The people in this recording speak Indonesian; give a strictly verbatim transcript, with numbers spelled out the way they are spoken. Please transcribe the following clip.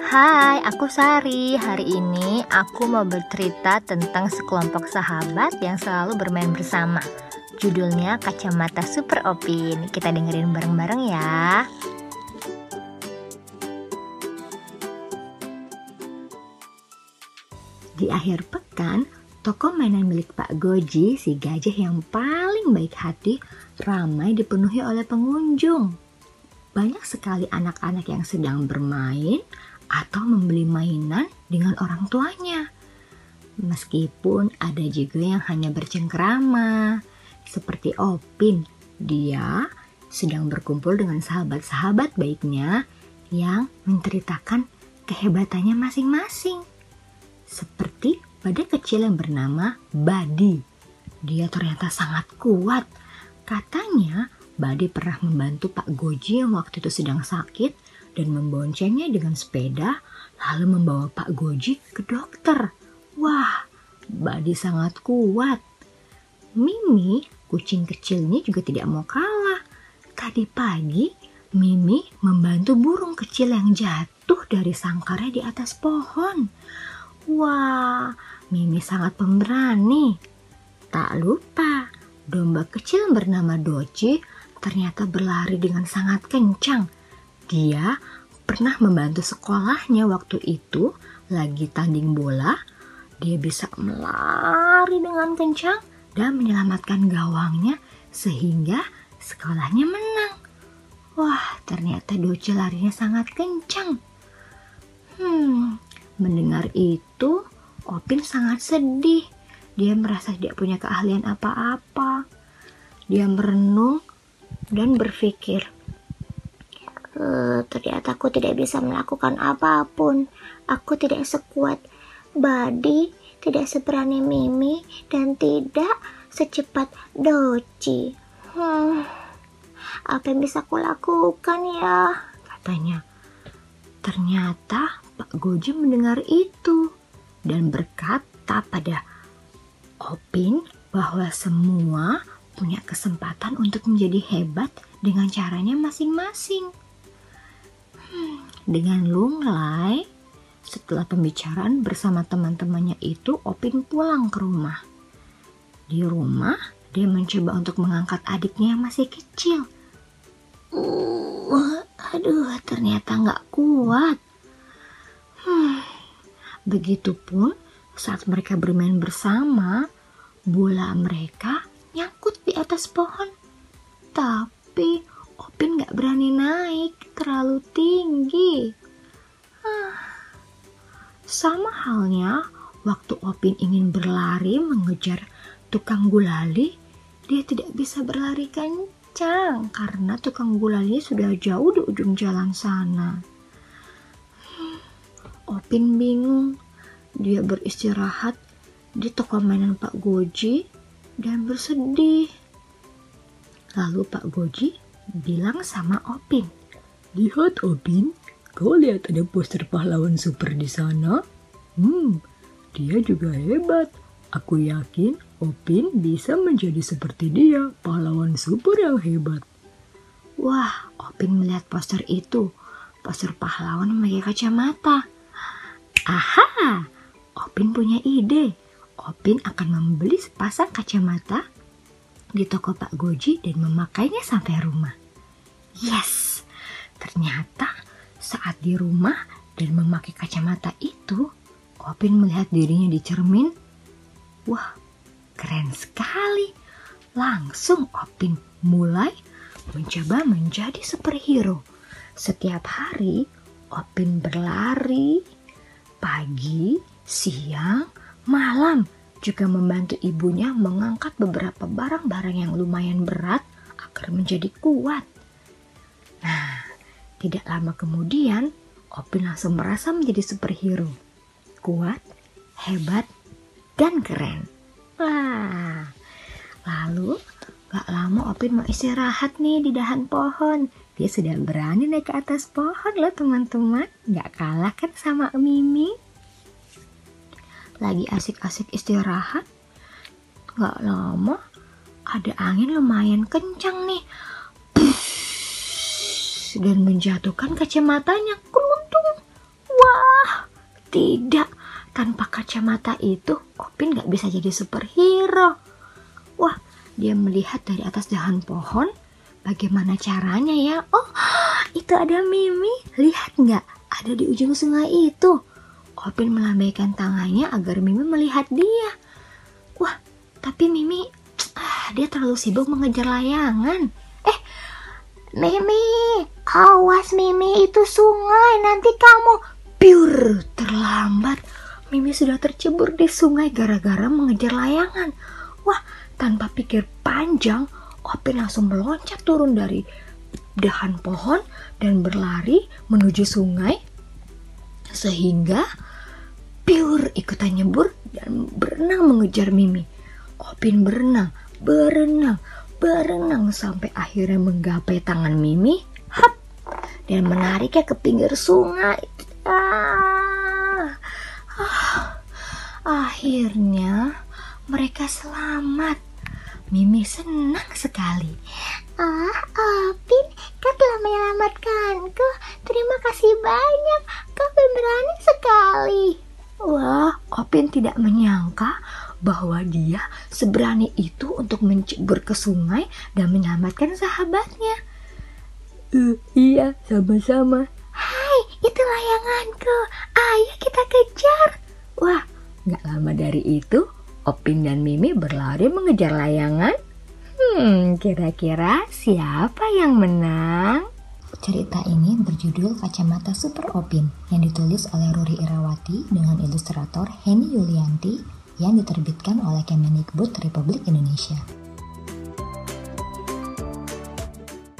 Hai, aku Sari. Hari ini aku mau bercerita tentang sekelompok sahabat yang selalu bermain bersama. Judulnya Kacamata Super Opin. Kita dengerin bareng-bareng ya. Di akhir pekan, toko mainan milik Pak Goji, si gajah yang paling baik hati, ramai dipenuhi oleh pengunjung. Banyak sekali anak-anak yang sedang bermain atau membeli mainan dengan orang tuanya. Meskipun ada juga yang hanya bercengkrama, seperti Opin. Dia sedang berkumpul dengan sahabat-sahabat baiknya yang menceritakan kehebatannya masing-masing. Seperti badai kecil yang bernama Badi. Dia ternyata sangat kuat. Katanya Badi pernah membantu Pak Goji yang waktu itu sedang sakit dan memboncengnya dengan sepeda, lalu membawa Pak Goji ke dokter. Wah, Badi sangat kuat. Mimi, kucing kecilnya juga tidak mau kalah. Tadi pagi, Mimi membantu burung kecil yang jatuh dari sangkarnya di atas pohon. Wah, Mimi sangat pemberani. Tak lupa, domba kecil bernama Doci ternyata berlari dengan sangat kencang. Dia pernah membantu sekolahnya waktu itu lagi tanding bola. Dia bisa melari dengan kencang dan menyelamatkan gawangnya sehingga sekolahnya menang. Wah, ternyata Doci larinya sangat kencang. Hmm, mendengar itu, Opin sangat sedih. Dia merasa tidak punya keahlian apa-apa. Dia merenung dan berpikir, e, ternyata aku tidak bisa melakukan apapun. Aku tidak sekuat Badi, tidak seberani Mimi, dan tidak secepat Doci. Hmm, apa yang bisa aku lakukan ya? Katanya. Ternyata Pak Goji mendengar itu dan berkata pada Opin bahwa semua punya kesempatan untuk menjadi hebat dengan caranya masing-masing. Hmm, dengan lunglai, setelah pembicaraan bersama teman-temannya itu, Opin pulang ke rumah. Di rumah, dia mencoba untuk mengangkat adiknya yang masih kecil. Uh, aduh, ternyata nggak kuat. Hmm, begitupun saat mereka bermain bersama, bola mereka nyangkut di atas pohon. Tapi Opin gak berani naik, terlalu tinggi. Ah. Sama halnya waktu Opin ingin berlari mengejar tukang gulali, dia tidak bisa berlari kencang karena tukang gulali sudah jauh di ujung jalan sana. Hmm. Opin bingung. Dia beristirahat di toko mainan Pak Goji dan bersedih. Lalu Pak Goji bilang sama Opin, "Lihat Opin, kau lihat ada poster pahlawan super di sana? Hmm, dia juga hebat. Aku yakin Opin bisa menjadi seperti dia, pahlawan super yang hebat." Wah, Opin melihat poster itu. Poster pahlawan memakai kacamata. Aha, Opin punya ide. Opin akan membeli sepasang kacamata di toko Pak Goji dan memakainya sampai rumah. Yes, ternyata saat di rumah dan memakai kacamata itu, Opin melihat dirinya di cermin. Wah, keren sekali. Langsung Opin mulai mencoba menjadi superhero. Setiap hari Opin berlari, pagi, siang, malam, juga membantu ibunya mengangkat beberapa barang-barang yang lumayan berat agar menjadi kuat. Nah, tidak lama kemudian, Opin langsung merasa menjadi superhero. Kuat, hebat, dan keren. Wah, lalu gak lama Opin mau istirahat nih di dahan pohon. Dia sudah berani naik ke atas pohon loh teman-teman. Gak kalah kan sama Mimi. Lagi asik-asik istirahat, gak lama ada angin lumayan kencang nih. Dan menjatuhkan kacamatanya. Keruntung. Wah, tidak, tanpa kacamata itu Opin gak bisa jadi superhero. Wah, dia melihat dari atas dahan pohon. Bagaimana caranya ya? Oh, itu ada Mimi. Lihat gak? Ada di ujung sungai itu. Opin melambaikan tangannya agar Mimi melihat dia. Wah, tapi Mimi, ah, dia terlalu sibuk mengejar layangan. Eh, Mimi, awas Mimi, itu sungai, nanti kamu piur. Terlambat, Mimi sudah tercebur di sungai gara-gara mengejar layangan. Wah, tanpa pikir panjang, Opin langsung meloncat turun dari dahan pohon dan berlari menuju sungai. Sehingga piur ikutan nyebur dan berenang mengejar Mimi. Opin berenang, berenang, berenang sampai akhirnya menggapai tangan Mimi, hap, dan menariknya ke pinggir sungai. Ah, ah, akhirnya mereka selamat. Mimi senang sekali. Ah, Opin, kau telah menyelamatkanku. Terima kasih banyak, kau pemberani sekali. Wah, Opin tidak menyangka bahwa dia seberani itu untuk mencebur ke sungai dan menyelamatkan sahabatnya. Uh, iya, sama-sama. Hai, itu layanganku. Ayo kita kejar. Wah, gak lama dari itu, Opin dan Mimi berlari mengejar layangan. Hmm, kira-kira siapa yang menang? Cerita ini berjudul Kacamata Super Opin yang ditulis oleh Ruri Irawati dengan ilustrator Henny Yulianti yang diterbitkan oleh Kemendikbud Republik Indonesia.